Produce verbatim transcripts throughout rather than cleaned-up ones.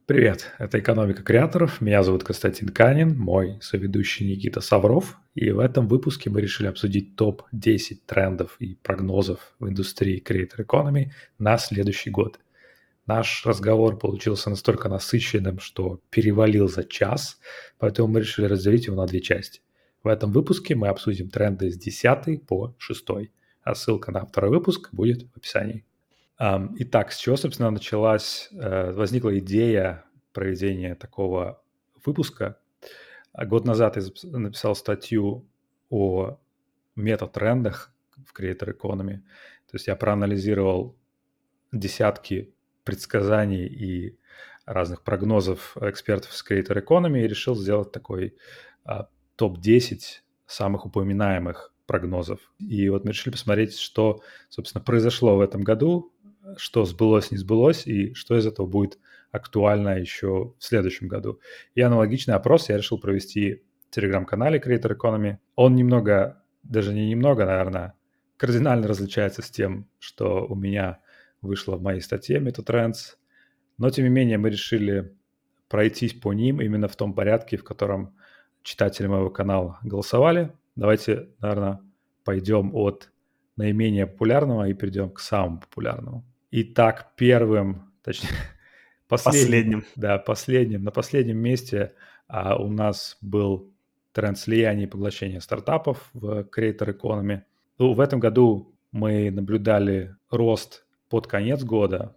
Привет, это «Экономика креаторов». Меня зовут Константин Канин, мой соведущий Никита Савров. И в этом выпуске мы решили обсудить топ десять трендов и прогнозов в индустрии Creator Economy на следующий год. Наш разговор получился настолько насыщенным, что перевалил за час, поэтому мы решили разделить его на две части. В этом выпуске мы обсудим тренды с десятой по шестой, а ссылка на второй выпуск будет в описании. Ам, Итак, с чего, собственно, началась, э, возникла идея проведения такого выпуска? А Год назад я запис- написал статью о метатрендах в Creator Economy. То есть я проанализировал десятки предсказаний и разных прогнозов экспертов с Creator Economy и решил сделать такой а, топ десять самых упоминаемых прогнозов. И вот мы решили посмотреть, что, собственно, произошло в этом году, что сбылось, не сбылось, и что из этого будет актуально еще в следующем году. И аналогичный опрос я решил провести в телеграм-канале Creator Economy. Он немного, даже не немного, наверное, кардинально различается с тем, что у меня вышло в моей статье MetaTrends. Но, тем не менее, мы решили пройтись по ним именно в том порядке, в котором читатели моего канала голосовали. Давайте, наверное, пойдем от наименее популярного и перейдем к самому популярному. Итак, первым, точнее, последним, Последним. да, последним, на последнем месте а, у нас был тренд слияния и поглощения стартапов в Creator Economy. Ну, в этом году мы наблюдали рост под конец года.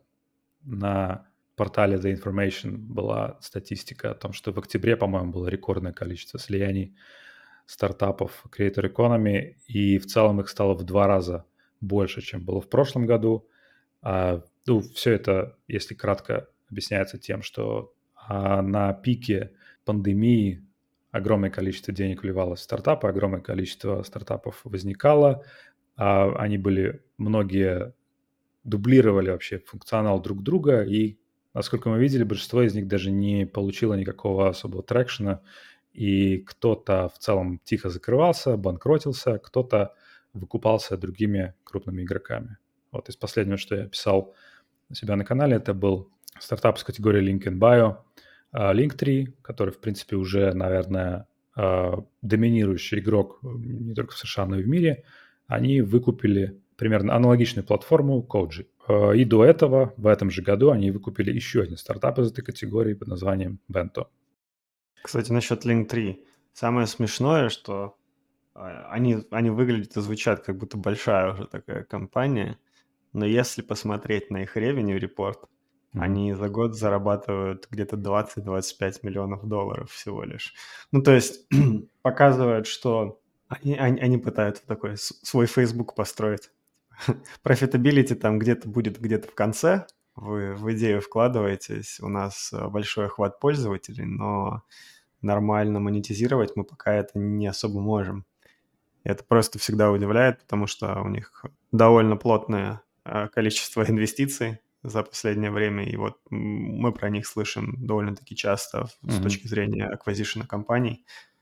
На портале The Information была статистика о том, что в октябре, по-моему, было рекордное количество слияний стартапов Creator Economy, и в целом их стало в два раза больше, чем было в прошлом году. А, ну, все это, если кратко, объясняется тем, что а, на пике пандемии огромное количество денег вливалось в стартапы, огромное количество стартапов возникало, а, они были, многие дублировали вообще функционал друг друга, и, насколько мы видели, большинство из них даже не получило никакого особого трекшена, и кто-то в целом тихо закрывался, банкротился, кто-то выкупался другими крупными игроками. Вот из последнего, что я писал у себя на канале, это был стартап с категории LinkedIn Bio, а, Linktree, который, в принципе, уже, наверное, а, доминирующий игрок не только в США, но и в мире. Они выкупили примерно аналогичную платформу Koji. А, И до этого, в этом же году, они выкупили еще один стартап из этой категории под названием Bento. Кстати, насчет Linktree. Самое смешное, что а, они, они выглядят и звучат, как будто большая уже такая компания, но если посмотреть на их revenue report, Мгм. они за год зарабатывают где-то двадцать-двадцать пять миллионов долларов всего лишь. Ну, то есть показывают, что они, они, они пытаются такой с- свой Facebook построить. Profitability там где-то будет где-то в конце, вы в идею вкладываетесь, у нас э, большой охват пользователей, но нормально монетизировать мы пока это не особо можем. И это просто всегда удивляет, потому что у них довольно плотное э, количество инвестиций за последнее время, и вот м, мы про них слышим довольно-таки часто с Мгм. точки зрения аквизишена компаний,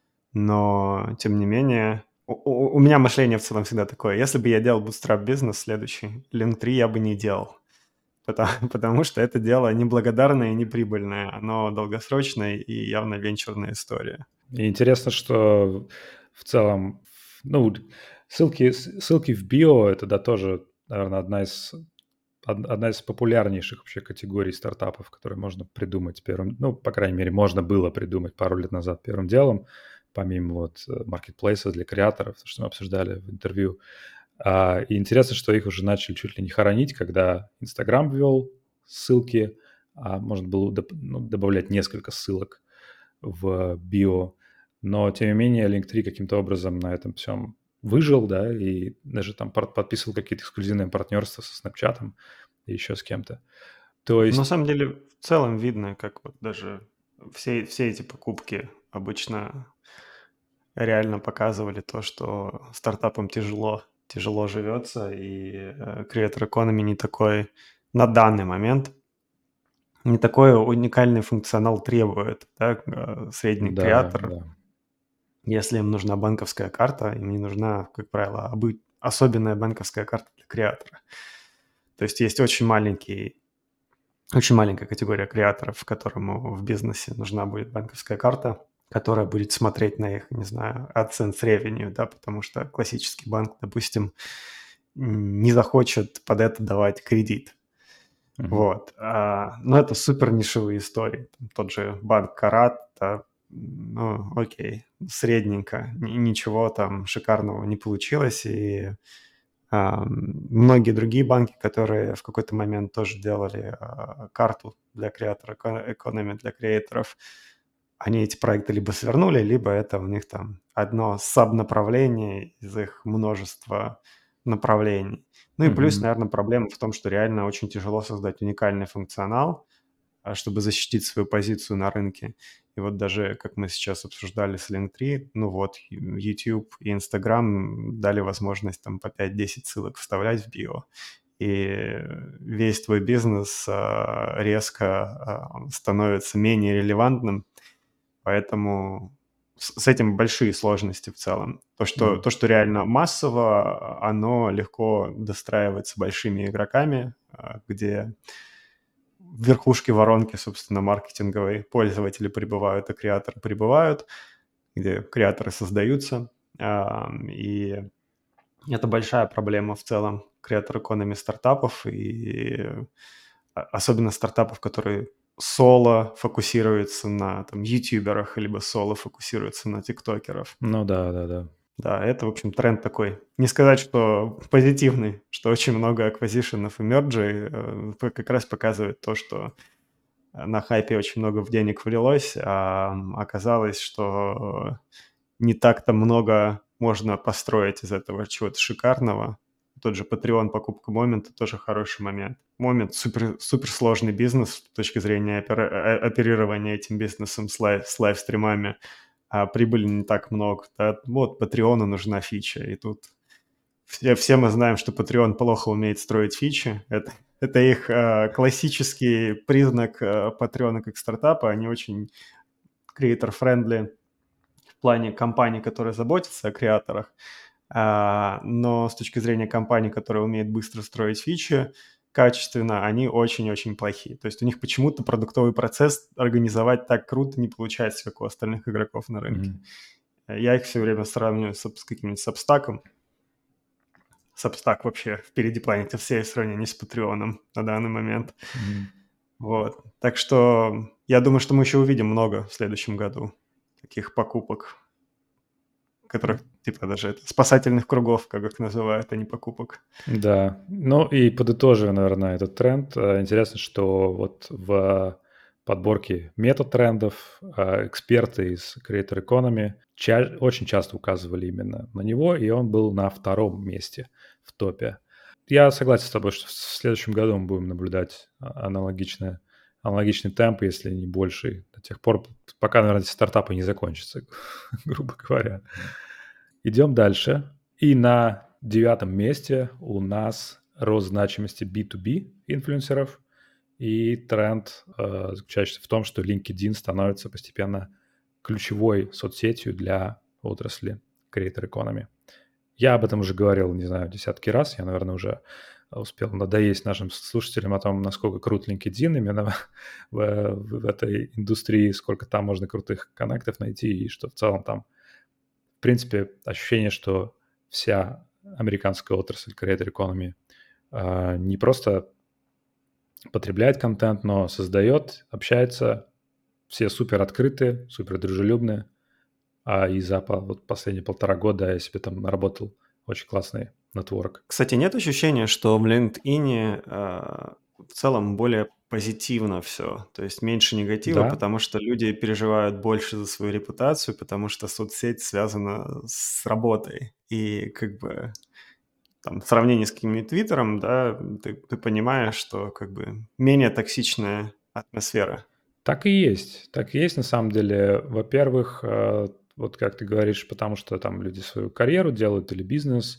но тем не менее у, у- у меня мышление в целом всегда такое: если бы я делал bootstrap бизнес следующий, Linktree я бы не делал. Потому, потому что это дело неблагодарное и неприбыльное. Оно долгосрочное и явно венчурная история. И интересно, что в целом, ну, ссылки, ссылки в био – это, да, тоже, наверное, одна из од- одна из популярнейших вообще категорий стартапов, которые можно придумать первым, ну, по крайней мере, можно было придумать пару лет назад первым делом, помимо вот э, маркетплейса для креаторов, то, что мы обсуждали в интервью. А, и интересно, что их уже начали чуть ли не хоронить, когда Инстаграм ввел ссылки, а можно было доп- ну, добавлять несколько ссылок в био. Но, тем не менее, Linktree каким-то образом на этом всем выжил, да, и даже там пар- подписывал какие-то эксклюзивные партнерства со Snapchat и еще с кем-то. То На есть, самом деле, в целом видно, как вот даже все, все эти покупки обычно реально показывали то, что стартапам тяжело, тяжело живется, и э, Creator Economy не такой на данный момент, не такой уникальный функционал требует, да, э, средний да, креатор. да, Если им нужна банковская карта, им не нужна, как правило, обы- особенная банковская карта для креатора. То есть есть очень маленький очень маленькая категория креаторов, которому в бизнесе нужна будет банковская карта, которая будет смотреть на их, не знаю, AdSense revenue, да, потому что классический банк, допустим, не захочет под это давать кредит. Мгм. Вот. А, но это супер нишевые истории. Там тот же банк Карат, да, ну, окей, средненько, ни- ничего там шикарного не получилось. И а, многие другие банки, которые в какой-то момент тоже делали а, карту для креатора, экономи для креаторов, они эти проекты либо свернули, либо это у них там одно саб-направление из их множества направлений. Ну и плюс, Мгм. наверное, проблема в том, что реально очень тяжело создать уникальный функционал, а, чтобы защитить свою позицию на рынке. И вот даже, как мы сейчас обсуждали с Linktree, ну вот, Ю- YouTube и Instagram дали возможность там по пять-десять ссылок вставлять в био. И весь твой бизнес а, резко а, становится менее релевантным, поэтому с с этим большие сложности в целом. То, что Мгм. то, что реально массово, а, оно легко достраивается большими игроками, а, где в верхушке воронки, собственно, маркетинговой пользователи прибывают, а креаторы прибывают, где креаторы создаются. Ам, и это большая проблема в целом креатор-экономи стартапов и а, особенно стартапов, которые соло фокусируются на там ютуберах, либо соло фокусируются на тиктокеров. Ну да, да, да. Да, это, в общем, тренд такой. Не сказать, что позитивный, что очень много аквизишенов и мерджей э, п- как раз показывает то, что э, на хайпе очень много в денег влилось, а м, оказалось, что не так-то много можно построить из этого чего-то шикарного. Тот же Patreon, покупка Момента, тоже хороший момент. Момент супер, супер сложный бизнес с точки зрения опера- э, оперирования этим бизнесом с, лайв, с лайв-стримами, а прибыли не так много. Да? Вот Patreon нужна фича, и тут все, все мы знаем, что Patreon плохо умеет строить фичи. Это, это их э, классический признак э, Patreon как стартапа. Они очень creator-friendly в плане компаний, которые заботятся о креаторах, а, но с точки зрения компаний, которые умеют быстро строить фичи, качественно, они очень-очень плохие. То есть у них почему-то продуктовый процесс организовать так круто не получается, как у остальных игроков на рынке. Мгм. Я их все время сравниваю с, с каким-нибудь Substack. Substack вообще впереди планеты всей в сравнении с Patreon на данный момент. Мгм. Вот. Так что я думаю, что мы еще увидим много в следующем году таких покупок, которых типа даже это, спасательных кругов, как их называют, а не покупок. Да, ну и подытоживая, наверное, этот тренд, э, интересно, что вот в подборке метатрендов э, эксперты из Creator Economy ча- очень часто указывали именно на него, и он был на втором месте в топе. Я согласен с тобой, что в следующем году мы будем наблюдать а, аналогичное, аналогичный темп, если не больший, до тех пор, пока, наверное, эти стартапы не закончатся, грубо говоря. Идем дальше. И на девятом месте у нас рост значимости би ту би инфлюенсеров. И тренд э, заключающийся в том, что LinkedIn становится постепенно ключевой соцсетью для отрасли Creator Economy. Я об этом уже говорил, не знаю, десятки раз. Я, наверное, уже успел надоесть нашим слушателям о том, насколько крут LinkedIn именно в, в, в этой индустрии, сколько там можно крутых коннектов найти, и что в целом там в принципе, ощущение, что вся американская отрасль creator economy а, не просто потребляет контент, но создает, общается, все супер открытые, супер дружелюбные, а и за по- вот последние полтора года я себе там наработал очень классный нетворк. Кстати, нет ощущения, что в LinkedIn а, в целом более позитивно все, то есть меньше негатива, Да, потому что люди переживают больше за свою репутацию, потому что соцсеть связана с работой. И как бы там в сравнении с каким-нибудь Твиттером, да, ты, ты понимаешь, что как бы менее токсичная атмосфера. так и есть. Так и есть на самом деле. Во-первых, э, вот как ты говоришь, потому что там люди свою карьеру делают или бизнес,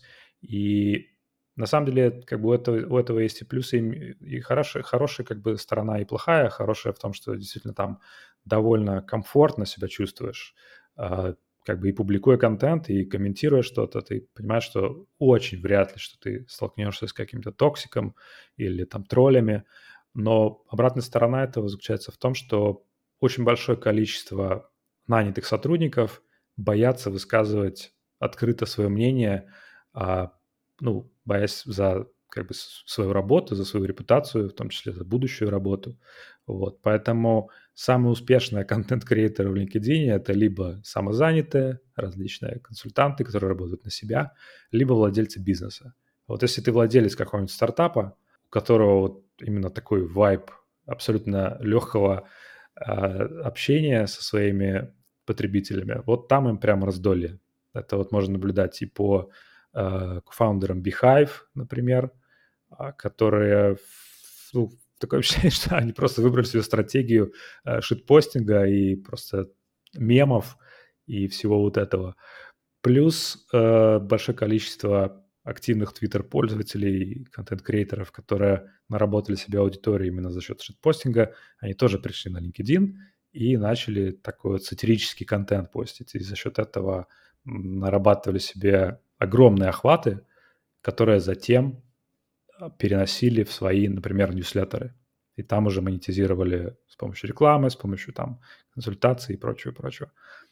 и на самом деле как бы у этого, у этого есть и плюсы, и, м- и хорошая, хорошая как бы сторона, и плохая. Хорошая в том, что действительно там довольно комфортно себя чувствуешь, а, как бы и публикуя контент, и комментируя что-то, ты понимаешь, что очень вряд ли, что ты столкнешься с каким-то токсиком или там троллями. Но обратная сторона этого заключается в том, что очень большое количество нанятых сотрудников боятся высказывать открыто свое мнение, а, ну, боясь за как бы с- свою работу, за свою репутацию, в том числе за будущую работу. Вот. Поэтому самые успешные контент-креаторы в LinkedIn — это либо самозанятые, различные консультанты, которые работают на себя, либо владельцы бизнеса. Вот если ты владелец какого-нибудь стартапа, у которого вот именно такой вайб абсолютно легкого а, общения со своими потребителями, вот там им прям раздолье. Это вот можно наблюдать и по э, фаундерам Beehive, например, а, которые, ф- ну, такое ощущение, что они просто выбрали свою стратегию э, шитпостинга и просто мемов и всего вот этого. Плюс э, большое количество активных твиттер-пользователей, контент-креаторов, которые наработали себе аудиторию именно за счет шитпостинга, они тоже пришли на LinkedIn и начали такой вот сатирический контент постить. И за счет этого м, нарабатывали себе огромные охваты, которые затем а, переносили в свои, например, ньюслеттеры. И там уже монетизировали с помощью рекламы, с помощью там консультаций и прочего, прочего.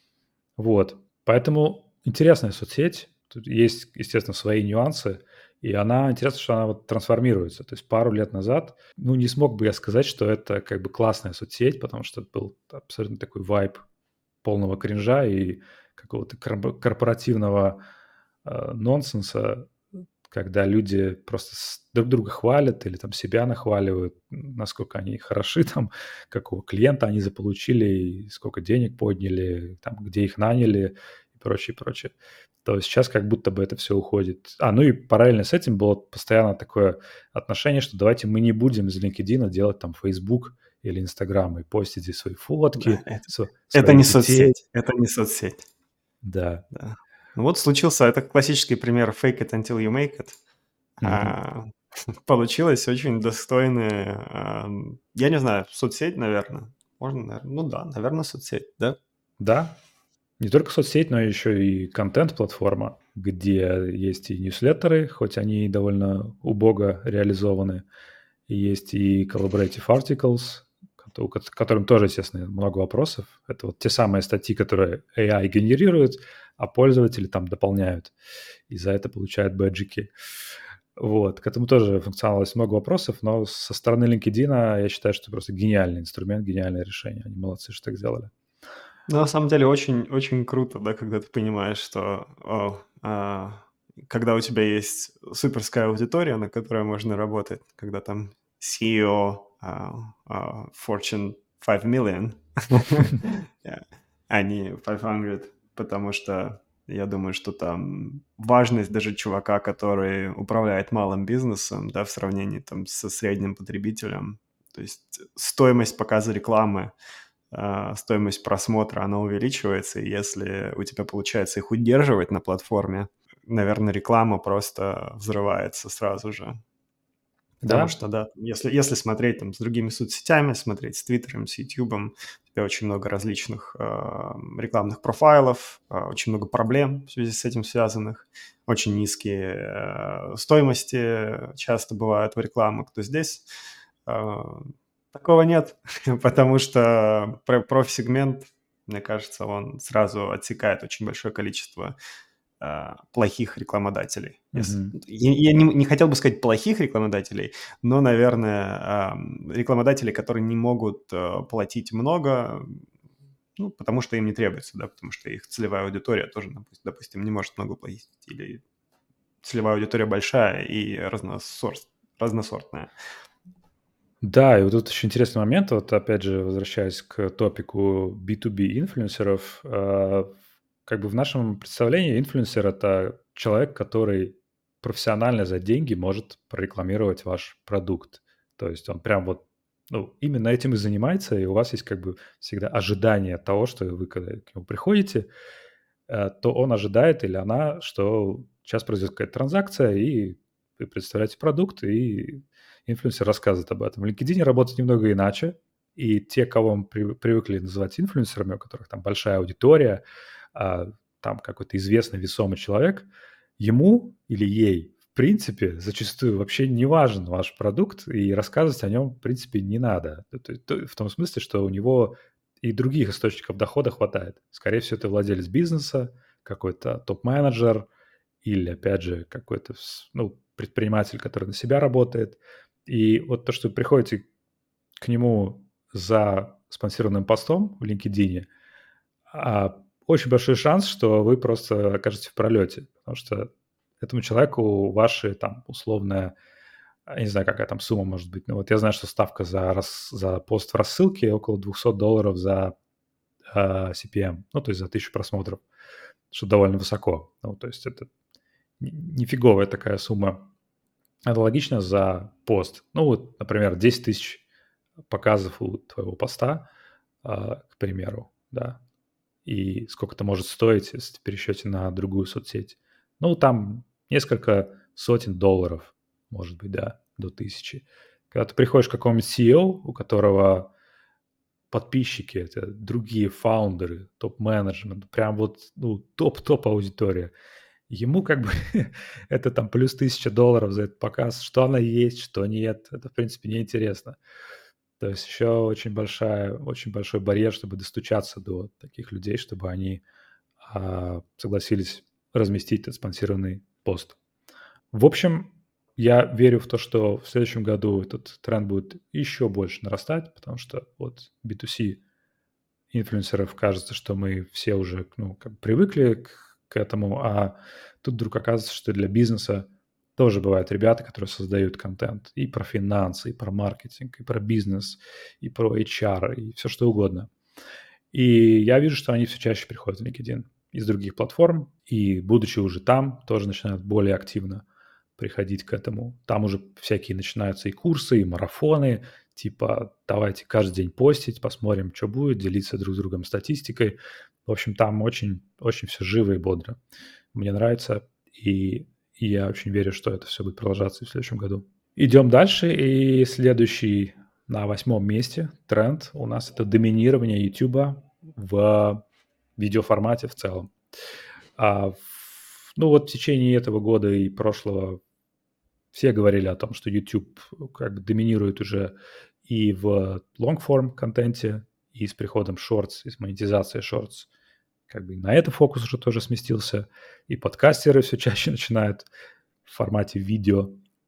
Вот. Поэтому интересная соцсеть. Тут есть, естественно, свои нюансы. И она, интересно, что она вот трансформируется. То есть пару лет назад, ну, не смог бы я сказать, что это как бы классная соцсеть, потому что это был абсолютно такой вайб полного кринжа и какого-то корпо- корпоративного э, нонсенса, когда люди просто с- друг друга хвалят или там себя нахваливают, м, насколько они хороши, там, какого клиента они заполучили, и сколько денег подняли, там, где их наняли и прочее, прочее. То есть сейчас как будто бы это все уходит. А, ну и параллельно с этим было постоянно такое отношение, что давайте мы не будем из LinkedIn делать там Facebook или Instagram и постить здесь свои Да, фотки, это, сво- это своих не детей. соцсеть, это не соцсеть. Да. Да. Ну вот случился, это классический пример fake it until you make it. Мгм. А, получилось очень достойное, ам, я не знаю, соцсеть, наверное. Можно, наверно, ну да, наверное, соцсеть, да? Да, не только соцсеть, но еще и контент-платформа, где есть и ньюслеттеры, хоть они и довольно убого реализованы, и есть и collaborative articles, кото- у кот- к которым тоже, естественно, много вопросов. Это вот те самые статьи, которые эй ай генерирует, а пользователи там дополняют, и за это получают бэджики. Вот, к этому тоже функционалу есть много вопросов, но со стороны LinkedIn я считаю, что просто гениальный инструмент, гениальное решение. Они молодцы, что так сделали. Ну, на самом деле очень очень круто, да, когда ты понимаешь, что, о, а, когда у тебя есть суперская аудитория, на которой можно работать, когда там си и о, а, а, Fortune five million, э, а не пятьсот, потому что я думаю, что там важность даже чувака, который управляет малым бизнесом, да, в сравнении там со средним потребителем, то есть стоимость показа рекламы, а, стоимость просмотра, она увеличивается, и если у тебя получается их удерживать на платформе, наверное, реклама просто взрывается сразу же. Потому Да, что, да, если, если смотреть там с другими соцсетями, смотреть с Твиттером, с Ютубом, у тебя очень много различных а, рекламных профайлов, а, очень много проблем в связи с этим связанных, очень низкие а, стоимости часто бывают в рекламах, то здесь а, такого нет, потому что про- профсегмент, мне кажется, он сразу отсекает очень большое количество а, плохих рекламодателей. Ес- мгм. Я, я не, не хотел бы сказать плохих рекламодателей, но, наверное, ам, рекламодатели, которые не могут а, платить много, ну, потому что им не требуется, да, потому что их целевая аудитория тоже, допустим, допустим, не может много платить, или целевая аудитория большая и разносорт, разносортная. Да, и вот тут еще интересный момент, вот опять же, возвращаясь к топику би ту би инфлюенсеров, э, как бы в нашем представлении инфлюенсер — это человек, который профессионально за деньги может прорекламировать ваш продукт. То есть он прям вот, ну, именно этим и занимается, и у вас есть как бы всегда ожидание того, что вы когда к нему приходите, э, то он ожидает или она, что сейчас произойдет какая-то транзакция, и вы представляете продукт, и инфлюенсер рассказывает об этом. В LinkedIn работает немного иначе, и те, кого мы при- привыкли называть инфлюенсерами, у которых там большая аудитория, а, там какой-то известный весомый человек, ему или ей принципе, зачастую вообще не важен ваш продукт, и рассказывать о нем, в принципе, не надо. То- то- то- В том смысле, что у него и других источников дохода хватает. Скорее всего, это владелец бизнеса, какой-то топ-менеджер или, опять же, какой-то с- ну, предприниматель, который на себя работает. И вот то, что вы приходите к нему за спонсированным постом в LinkedIn, а, очень большой шанс, что вы просто окажетесь в пролете, потому что этому человеку ваши там условная, а, я не знаю, какая там сумма может быть, но вот я знаю, что ставка за, рас- за пост в рассылке около двести долларов за а, си пи эм, ну, то есть за тысячу просмотров, что довольно высоко. Ну, то есть это н- нифиговая такая сумма. Аналогично за пост. Ну, вот, например, десять тысяч показов у твоего поста, а, к примеру, да, и сколько это может стоить, если в пересчете на другую соцсеть. Ну, там несколько сотен долларов, может быть, да, до тысячи. Когда ты приходишь к какому-нибудь си и о, у которого подписчики — это другие фаундеры, топ-менеджмент, прям вот ну, топ-топ аудитория, ему как бы это там плюс тысяча долларов за этот показ, что она есть, что нет, это, в принципе, неинтересно. То есть еще очень большая, очень большой барьер, чтобы достучаться до таких людей, чтобы они а, согласились разместить этот спонсированный пост. В общем, я верю в то, что в следующем году этот тренд будет еще больше нарастать, потому что вот би ту си инфлюенсеров кажется, что мы все уже ну, как бы привыкли к, к этому, а тут вдруг оказывается, что для бизнеса тоже бывают ребята, которые создают контент и про финансы, и про маркетинг, и про бизнес, и про эйч ар, и все что угодно. И я вижу, что они все чаще приходят в LinkedIn из других платформ, и будучи уже там, тоже начинают более активно приходить к этому. Там уже всякие начинаются и курсы, и марафоны, типа давайте каждый день постить, посмотрим, что будет, делиться друг с другом статистикой. В общем, там очень, очень все живо и бодро. Мне нравится, и, и я очень верю, что это все будет продолжаться и в следующем году. Идем дальше, и следующий на восьмом месте тренд у нас — это доминирование YouTube в видеоформате в целом. А, в- ну вот в течение этого года и прошлого все говорили о том, что YouTube как бы доминирует уже и в long-form контенте, и с приходом Shorts, и с монетизацией Shorts. Как бы и на это фокус уже тоже сместился, и подкастеры все чаще начинают в формате видео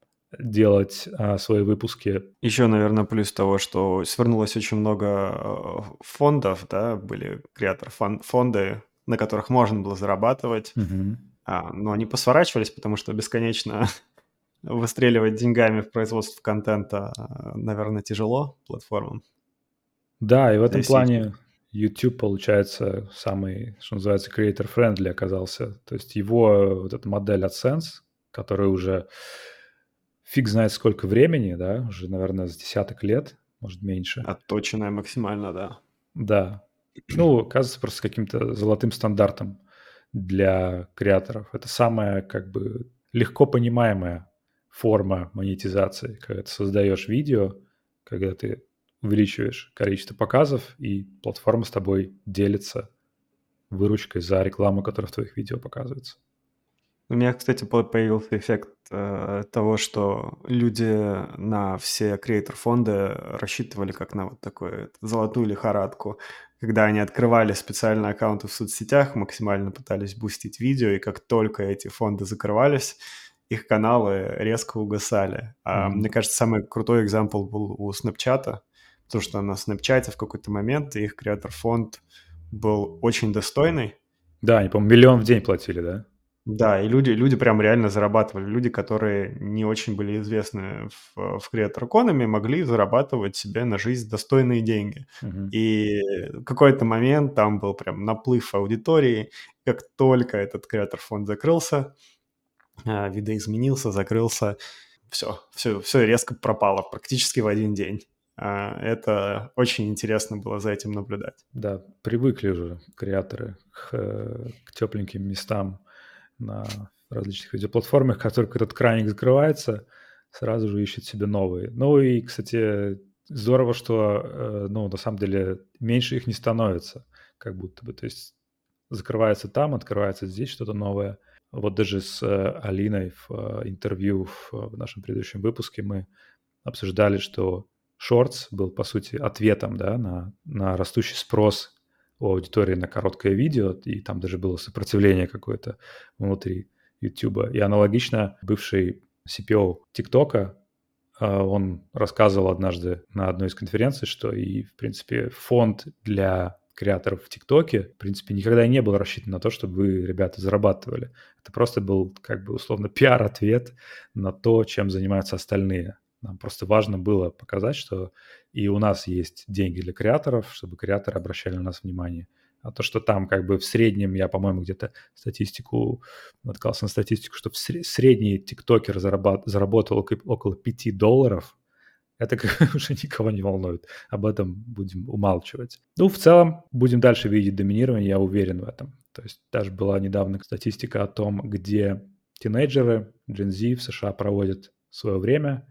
делать а, свои выпуски. Еще, наверное, плюс того, что свернулось очень много э, фондов, да, были креатор фон- фонды, на которых можно было зарабатывать, Мгм. а, но они посворачивались, потому что бесконечно выстреливать деньгами в производство контента, а, наверное, тяжело платформам. Да, и в этом Здесь YouTube. плане YouTube, получается, самый, что называется, creator-friendly оказался. То есть его вот эта модель AdSense, которая уже фиг знает сколько времени, да, уже, наверное, с десяток лет, может, меньше. Отточенная максимально, да. Да. Ну, оказывается, просто каким-то золотым стандартом для креаторов. Это самая, как бы, легко понимаемая форма монетизации, когда ты создаешь видео, когда ты увеличиваешь количество показов, и платформа с тобой делится выручкой за рекламу, которая в твоих видео показывается. У меня, кстати, по- появился эффект э, того, что люди на все креатор-фонды рассчитывали как на вот такую золотую лихорадку, когда они открывали специальные аккаунты в соцсетях, максимально пытались бустить видео, и как только эти фонды закрывались, их каналы резко угасали. А Мгм. мне кажется, самый крутой экзампл был у Снэпчата, потому что на Снэпчате в какой-то момент их креатор-фонд был очень достойный. Да, они, по-моему, миллион в день платили, да? Да, и люди, люди прям реально зарабатывали. Люди, которые не очень были известны в, в Creator Economy, могли зарабатывать себе на жизнь достойные деньги. Мгм. И в какой-то момент там был прям наплыв аудитории. Как только этот Creator фонд закрылся, а, видоизменился, закрылся, все, все, все резко пропало практически в один день. А, Это очень интересно было за этим наблюдать. Да, привыкли уже креаторы к, э, к тепленьким местам на различных видеоплатформах, как только этот краник закрывается, сразу же ищут себе новые. Ну и, кстати, здорово, что, э, ну, на самом деле, меньше их не становится, как будто бы. То есть закрывается там, открывается здесь что-то новое. Вот даже с э, Алиной в э, интервью в, э, в нашем предыдущем выпуске мы обсуждали, что Shorts был, по сути, ответом, да, на, на растущий спрос у аудитории на короткое видео, и там даже было сопротивление какое-то внутри YouTube. И аналогично бывший си пи о ТикТока, а, он рассказывал однажды на одной из конференций, что и, в принципе, фонд для креаторов в ТикТоке, в принципе, никогда и не был рассчитан на то, чтобы вы, ребята, зарабатывали. Это просто был, как бы, условно, пиар-ответ на то, чем занимаются остальные. Нам просто важно было показать, что и у нас есть деньги для креаторов, чтобы креаторы обращали на нас внимание. А то, что там как бы в среднем, я, по-моему, где-то статистику, наткался на статистику, что в сре- средний тиктокер зарабат- заработал около, около пяти долларов, это как бы уже никого не волнует. Об этом будем умалчивать. Ну, в целом, будем дальше видеть доминирование, я уверен в этом. То есть даже была недавно статистика о том, где тинейджеры, Gen Z в США проводят свое время,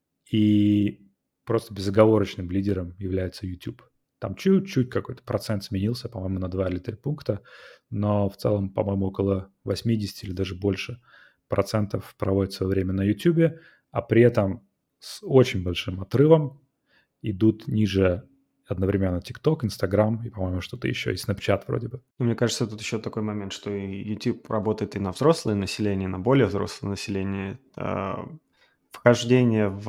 и просто безоговорочным лидером является YouTube. Там чуть-чуть какой-то процент сменился, по-моему, на два или три пункта, но в целом, по-моему, около восемьдесят или даже больше процентов проводит свое время на YouTube, а при этом с очень большим отрывом идут ниже одновременно TikTok, Instagram и, по-моему, что-то еще, и Snapchat вроде бы. Ну, мне кажется, тут еще такой момент, что и YouTube работает и на взрослое население, и на более взрослое население. А, Вхождение в,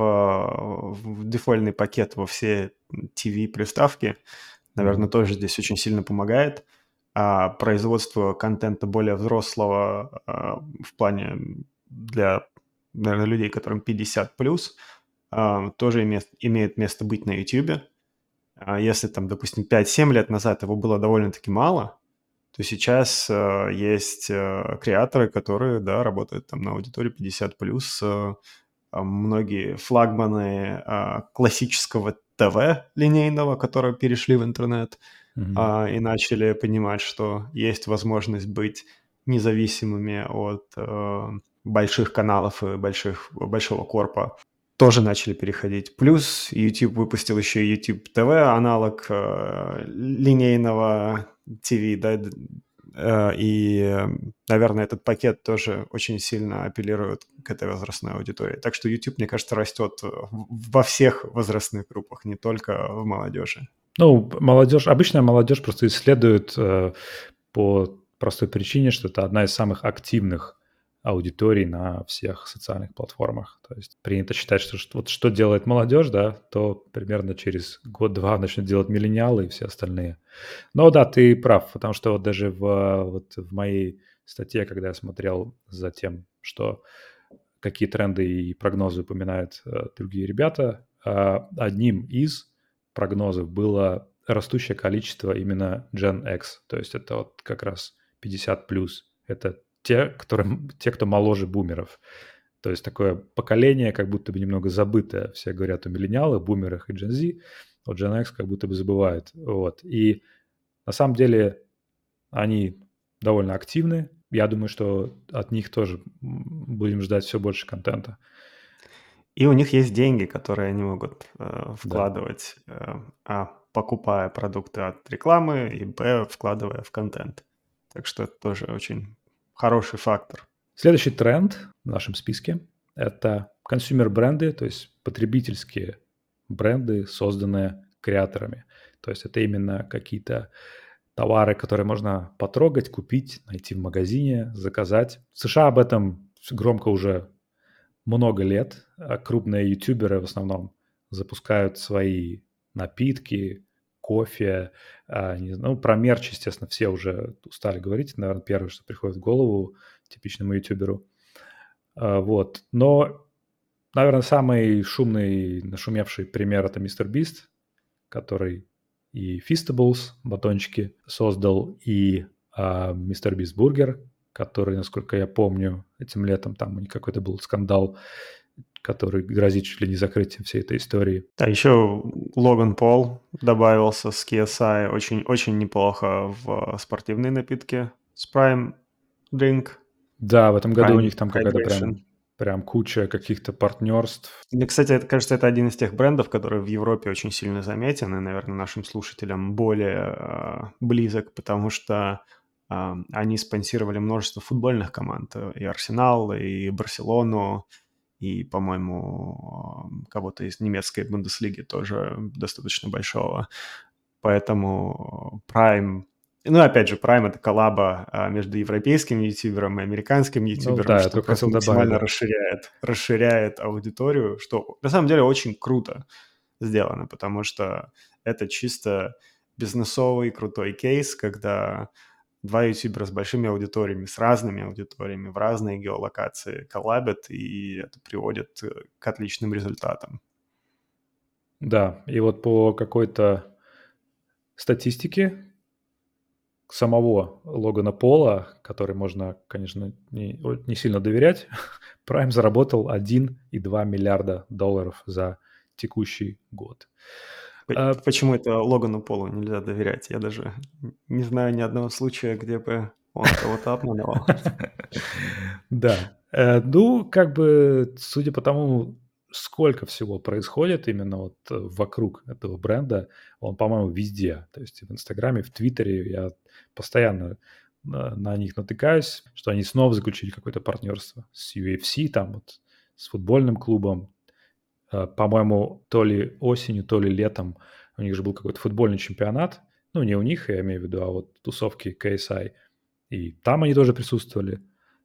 в дефольтный пакет во все ти ви-приставки, наверное, Мгм. тоже здесь очень сильно помогает. А производство контента более взрослого а, в плане для, наверное, людей, которым пятьдесят плюс, а, тоже имеет, имеет место быть на YouTube. А Если там, допустим, пять-семь лет назад его было довольно-таки мало, то сейчас э, есть э, креаторы, которые, да, работают там на аудитории пятьдесят плюс. Э, а многие флагманы э, классического ТВ линейного, которые перешли в интернет, Мгм. а, и начали понимать, что есть возможность быть независимыми от э, больших каналов и больших, большого корпа, тоже начали переходить. Плюс YouTube выпустил еще и YouTube ти ви, аналог э, линейного ти ви, да, д- э, и, э, наверное, этот пакет тоже очень сильно апеллирует к этой возрастной аудитории. Так что YouTube, мне кажется, растет э, в- во всех возрастных группах, не только в молодежи. Ну, молодежь, обычная молодежь просто исследует э, по простой причине, что это одна из самых активных аудиторий на всех социальных платформах. То есть принято считать, что, что вот что делает молодежь, да, то примерно через год-два начнут делать миллениалы и все остальные. Но да, ты прав, потому что вот даже в, вот в моей статье, когда я смотрел за тем, что какие тренды и прогнозы упоминают э, другие ребята, э, одним из прогнозов было растущее количество именно Gen X, то есть это вот как раз пятьдесят плюс. Это те, которые, те, кто моложе бумеров. То есть такое поколение, как будто бы немного забытое. Все говорят о миллениалах, бумерах и Gen Z, вот Gen X как будто бы забывают. Вот. И на самом деле они довольно активны. Я думаю, что от них тоже м, будем ждать все больше контента. И у них есть деньги, которые они могут э, Да. вкладывать, э, а, покупая продукты от рекламы, и б, вкладывая в контент. Так что это тоже очень хороший фактор. Следующий тренд в нашем списке – это консюмер-бренды, то есть потребительские бренды, созданные креаторами. То есть это именно какие-то товары, которые можно потрогать, купить, найти в магазине, заказать. В США об этом громко уже много лет. А крупные ютуберы в основном запускают свои напитки, кофе. а, не знаю, ну, про мерч, естественно, все уже устали говорить. Это, наверное, первое, что приходит в голову типичному ютуберу. А, Вот. Но, наверное, самый шумный, нашумевший пример – это мистер Бист, который и Feastables, батончики, создал, и а, мистер Бист Бургер, который, насколько я помню, этим летом там у них какой-то был скандал, который грозит чуть ли не закрытием всей этой истории. А еще Логан Пол добавился с кей эс ай очень, очень неплохо в спортивные напитки. С Prime Drink, Да, в этом году у Prime них там какая-то Hydration. прям, прям куча каких-то партнерств. Мне, кстати, это, кажется, это один из тех брендов, который в Европе очень сильно заметен и, наверное, нашим слушателям более э, близок, потому что Они спонсировали множество футбольных команд, и Арсенал, и Барселону, и, по-моему, кого-то из немецкой Бундеслиги тоже достаточно большого. Поэтому Prime... Ну, опять же, Prime — это коллаба а, между европейским ютубером и американским Ну ютубером, да, я что только просто хотел добавить, максимально да. расширяет, расширяет аудиторию, что на самом деле очень круто сделано, потому что это чисто бизнесовый крутой кейс, когда два ютубера с большими аудиториями, с разными аудиториями в разные геолокации коллабят, и это приводит э, к отличным результатам. Да, и вот по какой-то статистике самого Логана Пола, который можно, конечно, не, не сильно доверять, Prime заработал один и два миллиарда долларов за текущий год. А, Почему это Логану Полу нельзя доверять? Я даже не знаю ни одного случая, где бы он кого-то обманывал. Да. Э, Ну, как бы, судя по тому, сколько всего происходит именно вот э, вокруг этого бренда, он, по-моему, везде. То есть и в Инстаграме, в Твиттере я постоянно на, на них натыкаюсь, что они снова заключили какое-то партнерство с ю эф си, там вот с футбольным клубом. Э, По-моему, то ли осенью, то ли летом у них же был какой-то футбольный чемпионат. Ну, не у них, я имею в виду, а вот тусовки кей эс ай. И там они тоже присутствовали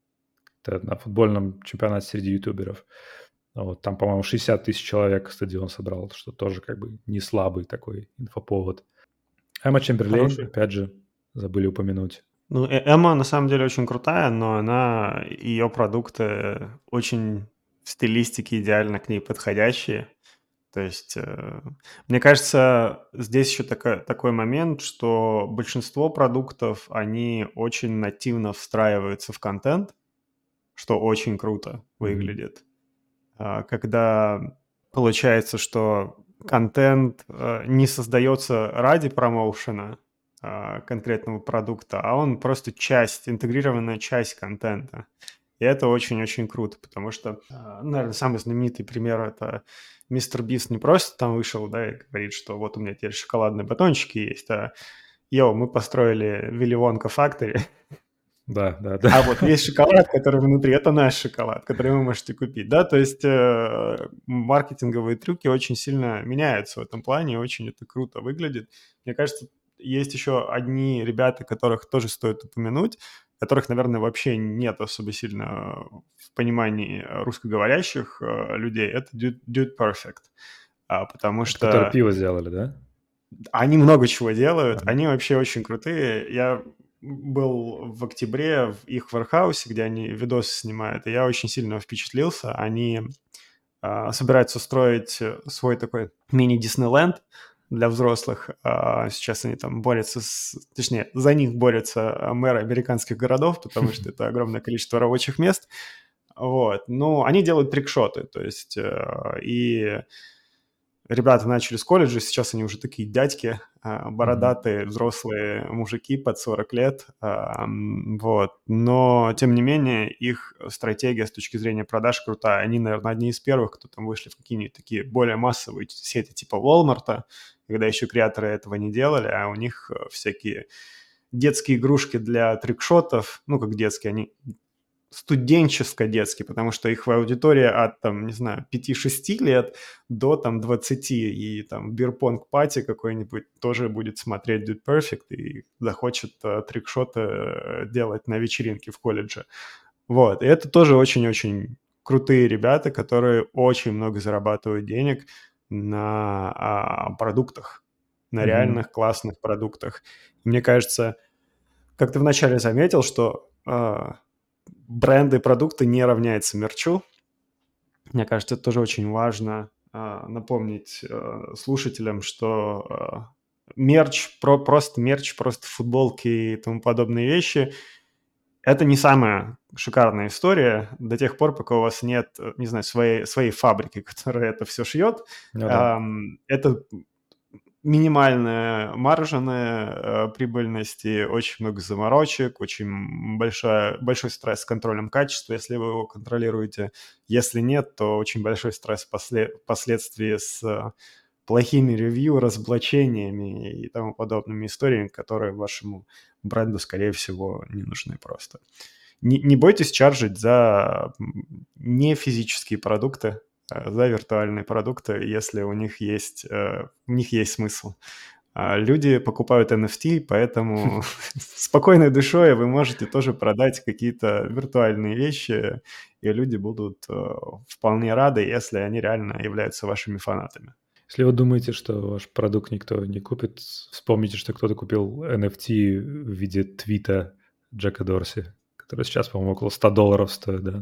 на футбольном чемпионате среди ютуберов. Вот, там, по-моему, шестьдесят тысяч человек стадион собрал, что тоже как бы не слабый такой инфоповод. Эмма Чемберлейн, Хороший. опять же, забыли упомянуть. Ну, Э- Эмма на самом деле очень крутая, но она, ее продукты очень в стилистике идеально к ней подходящие. То есть, э, мне кажется, здесь еще такой, такой момент, что большинство продуктов, они очень нативно встраиваются в контент, что очень круто Мгм. выглядит. А, Когда получается, что контент э, не создается ради промоушена а, конкретного продукта, а он просто часть, интегрированная часть контента. И это очень-очень круто, потому что, а, наверное, самый знаменитый пример — это мистер Бист не просто там вышел, да, и говорит, что вот у меня теперь шоколадные батончики есть, а йоу, мы построили Вилли Вонка Factory, Да, да, да. а вот весь шоколад, который внутри, это наш шоколад, который вы можете купить, да, то есть э, маркетинговые трюки очень сильно меняются в этом плане, и очень это круто выглядит. Мне кажется, есть еще одни ребята, которых тоже стоит упомянуть, которых, наверное, вообще нет особо сильно в понимании русскоговорящих э, людей, это Dude, Dude Perfect, а, потому Это которые что пиво сделали, да? они много чего делают, Ага. они вообще очень крутые. Я был в октябре в их вархаусе, где они видосы снимают, и я очень сильно впечатлился. Они а, собираются строить э, свой такой мини-Диснейленд для взрослых. А, сейчас они там борются с... Точнее, за них борются а, мэры американских городов, потому что это огромное количество рабочих мест. Вот. Ну, они делают трикшоты, то есть э, и ребята начали с колледжа, сейчас они уже такие дядьки, а, Мгм. бородатые, взрослые мужики под сорок лет, а, м, вот. Но, тем не менее, их стратегия с точки зрения продаж крутая. Они, наверное, одни из первых, кто там вышли в какие-нибудь такие более массовые сети типа Walmart, когда еще креаторы этого не делали, а у них э, всякие детские игрушки для трикшотов, ну, как детские, они студенческо-детский, потому что их аудитория от, там, не знаю, пяти-шести лет до, там, двадцати, и, там, бирпонг-пати какой-нибудь тоже будет смотреть Dude Perfect и захочет э, трикшоты э, делать на вечеринке в колледже. Вот, и это тоже очень-очень крутые ребята, которые очень много зарабатывают денег на а, продуктах, на Мгм. реальных классных продуктах. Мне кажется, как ты вначале заметил, что а, бренды, продукты не равняется мерчу. Мне кажется, это тоже очень важно а, напомнить а, слушателям, что а, мерч, про, просто мерч, просто футболки и тому подобные вещи — это не самая шикарная история до тех пор, пока у вас нет, э, не знаю, своей, своей фабрики, которая это все шьет. Ну да. Ам, Это минимальная маржа на э, прибыльности, очень много заморочек, очень большая, большой стресс с контролем качества, если вы его контролируете. Если нет, то очень большой стресс после, впоследствии с плохими ревью, разоблачениями и тому подобными историями, которые вашему бренду, скорее всего, не нужны просто. Не, не бойтесь чаржить за не физические продукты, а за виртуальные продукты, если у них есть, э, у них есть смысл. А люди покупают эн эф ти, поэтому с спокойной душой вы можете тоже продать какие-то виртуальные вещи, и люди будут э, вполне рады, если они реально являются вашими фанатами. Если вы думаете, что ваш продукт никто не купит, вспомните, что кто-то купил эн эф ти в виде твита Джека Дорси, который сейчас, по-моему, около ста долларов стоит, да.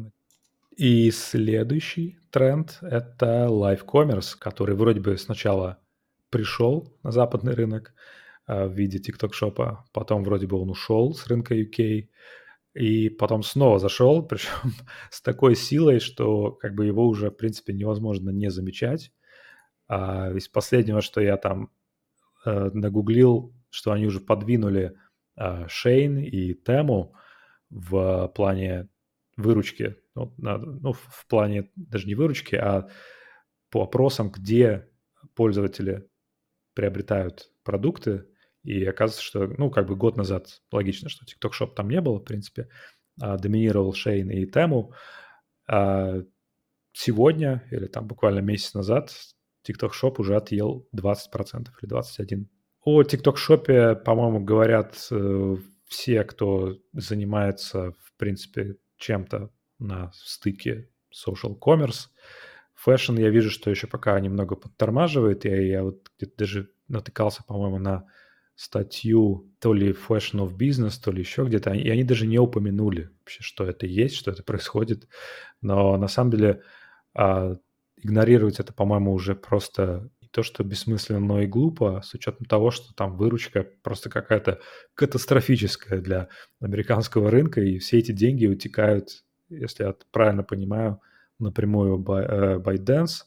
И следующий тренд – это live-commerce, который вроде бы сначала пришел на западный рынок а, в виде TikTok-шопа, потом вроде бы он ушел с рынка ю кей, и потом снова зашел, причем с такой силой, что как бы его уже, в принципе, невозможно не замечать. А из последнего, что я там э, нагуглил, что они уже подвинули э, Шейн и Тему в плане выручки, ну, на- ну, в плане даже не выручки, а по опросам, где пользователи приобретают продукты, и оказывается, что, ну, как бы год назад логично, что TikTok Shop там не было, в принципе, а доминировал Шейн и Тему. А сегодня или там буквально месяц назад TikTok Shop уже отъел двадцать процентов или двадцать один процент. О TikTok Shop, по-моему, говорят э, все, кто занимается, в принципе, чем-то на стыке social commerce. Fashion, я вижу, что еще пока немного подтормаживает. Я, я вот где-то даже натыкался, по-моему, на статью то ли Fashion of Business, то ли еще где-то. И они даже не упомянули вообще, что это есть, что это происходит. Но на самом деле а, игнорировать это, по-моему, уже просто не то, что бессмысленно, но и глупо, с учетом того, что там выручка просто какая-то катастрофическая для американского рынка, и все эти деньги утекают, если я правильно понимаю, напрямую в By- э, ByteDance.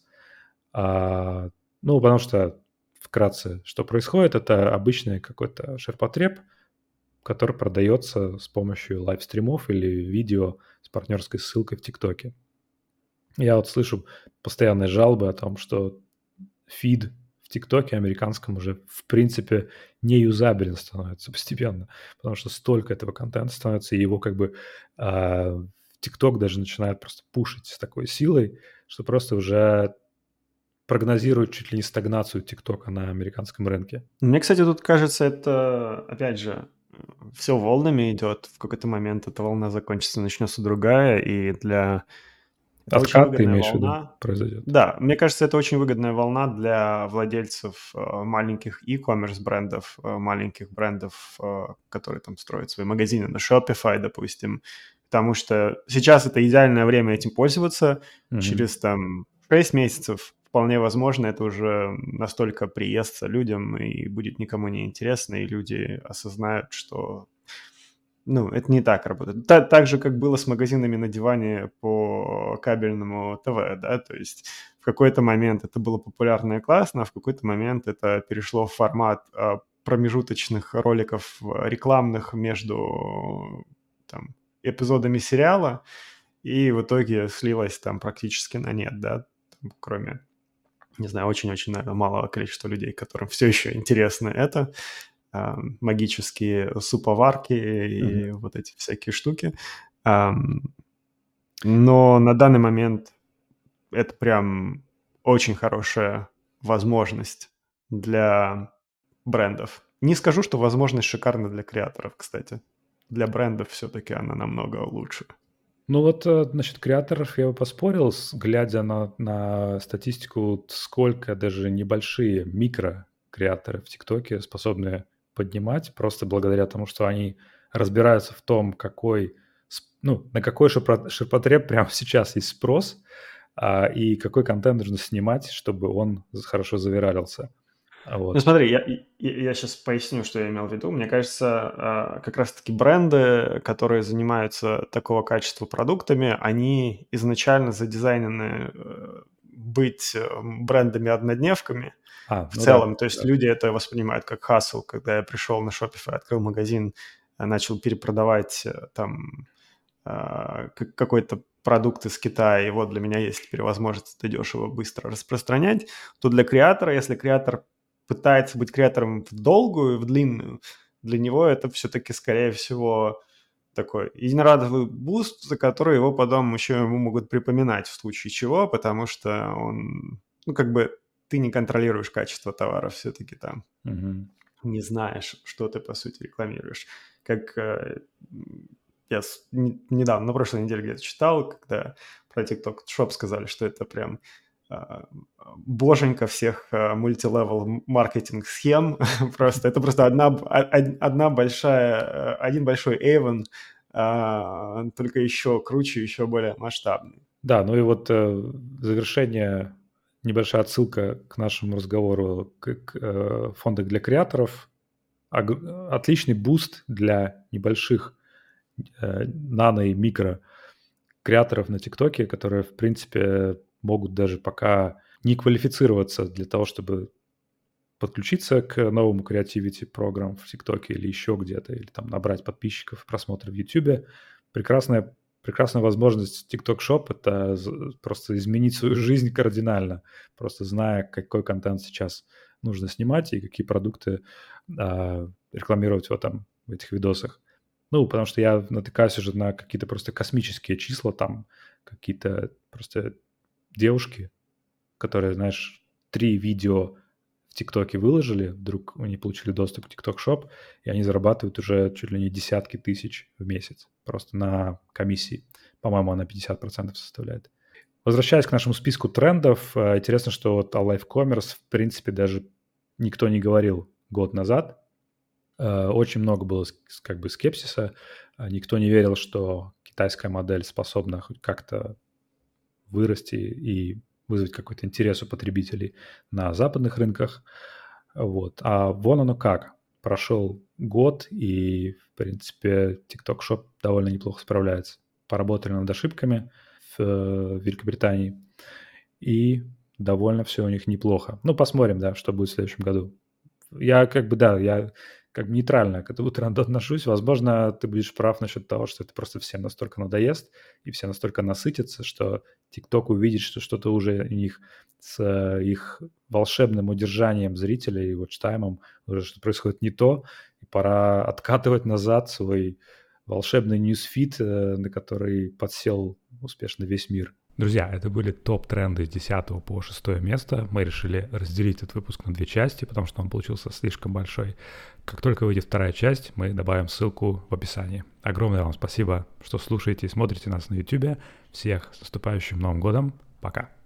А, ну, потому что вкратце, что происходит, это обычный какой-то ширпотреб, который продается с помощью лайвстримов или видео с партнерской ссылкой в ТикТоке. Я вот слышу постоянные жалобы о том, что фид в ТикТоке американском уже, в принципе, не юзабелен становится постепенно, потому что столько этого контента становится, и его как бы а, ТикТок даже начинает просто пушить с такой силой, что просто уже прогнозирует чуть ли не стагнацию ТикТока на американском рынке. Мне, кстати, тут кажется, это, опять же, все волнами идет. В какой-то момент эта волна закончится, начнется другая, и для... Это очень Откат, ты выгодная имеешь в виду, волна. произойдет? Да, мне кажется, это очень выгодная волна для владельцев э, маленьких e-commerce брендов, э, маленьких брендов, э, которые там строят свои магазины на Shopify, допустим, потому что сейчас это идеальное время этим пользоваться. Мгм. Через там шесть месяцев вполне возможно это уже настолько приестся людям и будет никому не интересно, и люди осознают, что ну, это не так работает. Та так же, как было с магазинами на диване по кабельному ТВ, да, то есть в какой-то момент это было популярно и классно, а в какой-то момент это перешло в формат, а, промежуточных роликов, э, рекламных между, там, эпизодами сериала, и в итоге слилось там практически на нет, да, там, кроме, не знаю, очень-очень, наверно, малого количества людей, которым все еще интересно это ам, магические суповарки Мгм. и вот эти всякие штуки. Ам, но на данный момент это прям очень хорошая возможность для брендов. Не скажу, что возможность шикарна для креаторов, кстати. Для брендов все-таки она намного лучше. Ну вот э, насчет креаторов я бы поспорил, с- глядя на, на статистику, сколько даже небольшие микро-креаторы в ТикТоке способны поднимать, просто благодаря тому, что они разбираются в том, какой, сп- ну, на какой ширпо- ширпотреб прямо сейчас есть спрос, а, и какой контент нужно снимать, чтобы он з- хорошо завиралился. А Ну Вот. смотри, я, я, сейчас поясню, что я имел в виду. Мне кажется, а, как раз-таки бренды, которые занимаются такого качества продуктами, они изначально задизайнены э, быть э, брендами-однодневками А, в ну да, целом. То есть да. люди это воспринимают как хасл. Когда я пришел на Shopify, открыл магазин, э, начал перепродавать э, там а, к- какой-то продукты с Китая, и вот для меня есть теперь возможность это дешево, быстро распространять, то для креатора, если креатор пытается быть креатором в долгую, в длинную, для него это все-таки, скорее всего, такой единоразовый буст, за который его потом еще ему могут припоминать в случае чего, потому что он, ну, как бы ты не контролируешь качество товара все-таки там. Мгм. Не знаешь, что ты, по сути, рекламируешь. Как э, я с- не- недавно, на прошлой неделе где-то читал, когда про TikTok Shop сказали, что это прям а, боженька всех а, мультилевел маркетинг схем. Просто это просто одна, б- а- од- одна большая, э, один большой Avon, а, только еще круче, еще более масштабный. Да, ну и вот э, в завершение небольшая отсылка к нашему разговору к, к, э, фондах для креаторов. Ог- отличный буст для небольших э, нано и микро креаторов на ТикТоке, которые, в принципе, могут даже пока не квалифицироваться для того, чтобы подключиться к новому Creativity программ в ТикТоке или еще где-то, или там набрать подписчиков, просмотров в Ютубе. Прекрасная, прекрасная возможность TikTok Shop — это з- просто изменить свою жизнь кардинально, просто зная, какой контент сейчас нужно снимать и какие продукты а, рекламировать в этом, в этих видосах. Ну, потому что я натыкаюсь уже на какие-то просто космические числа, там какие-то просто девушки, которые, знаешь, три видео в ТикТоке выложили, вдруг они получили доступ к TikTok Shop, и они зарабатывают уже чуть ли не десятки тысяч в месяц просто на комиссии. По-моему, она пятьдесят процентов составляет. Возвращаясь к нашему списку трендов, э, интересно, что вот о Live Commerce, в принципе, даже никто не говорил год назад. Э, Очень много было с- с- как бы скепсиса. Э, Никто не верил, что китайская модель способна хоть как-то вырасти и вызвать какой-то интерес у потребителей на западных рынках. Вот. А вон оно как. Прошел год, и, в принципе, TikTok Shop довольно неплохо справляется. Поработали над ошибками в э, Великобритании, и довольно все у них неплохо. Ну, посмотрим, да, что будет в следующем году. Я как бы, да, я как бы нейтрально к этому тренду отношусь. Возможно, ты будешь прав насчет того, что это просто всем настолько надоест, и все настолько насытятся, что TikTok увидит, что что-то уже у них с э, их волшебным удержанием зрителей и watch-таймом уже что происходит не то, и пора откатывать назад свой волшебный ньюсфит, э, на который подсел успешно весь мир. Друзья, это были топ-тренды с десятого по шестое место. Мы решили разделить этот выпуск на две части, потому что он получился слишком большой. Как только выйдет вторая часть, мы добавим ссылку в описании. Огромное вам спасибо, что слушаете и смотрите нас на YouTube. Всех с наступающим Новым годом. Пока.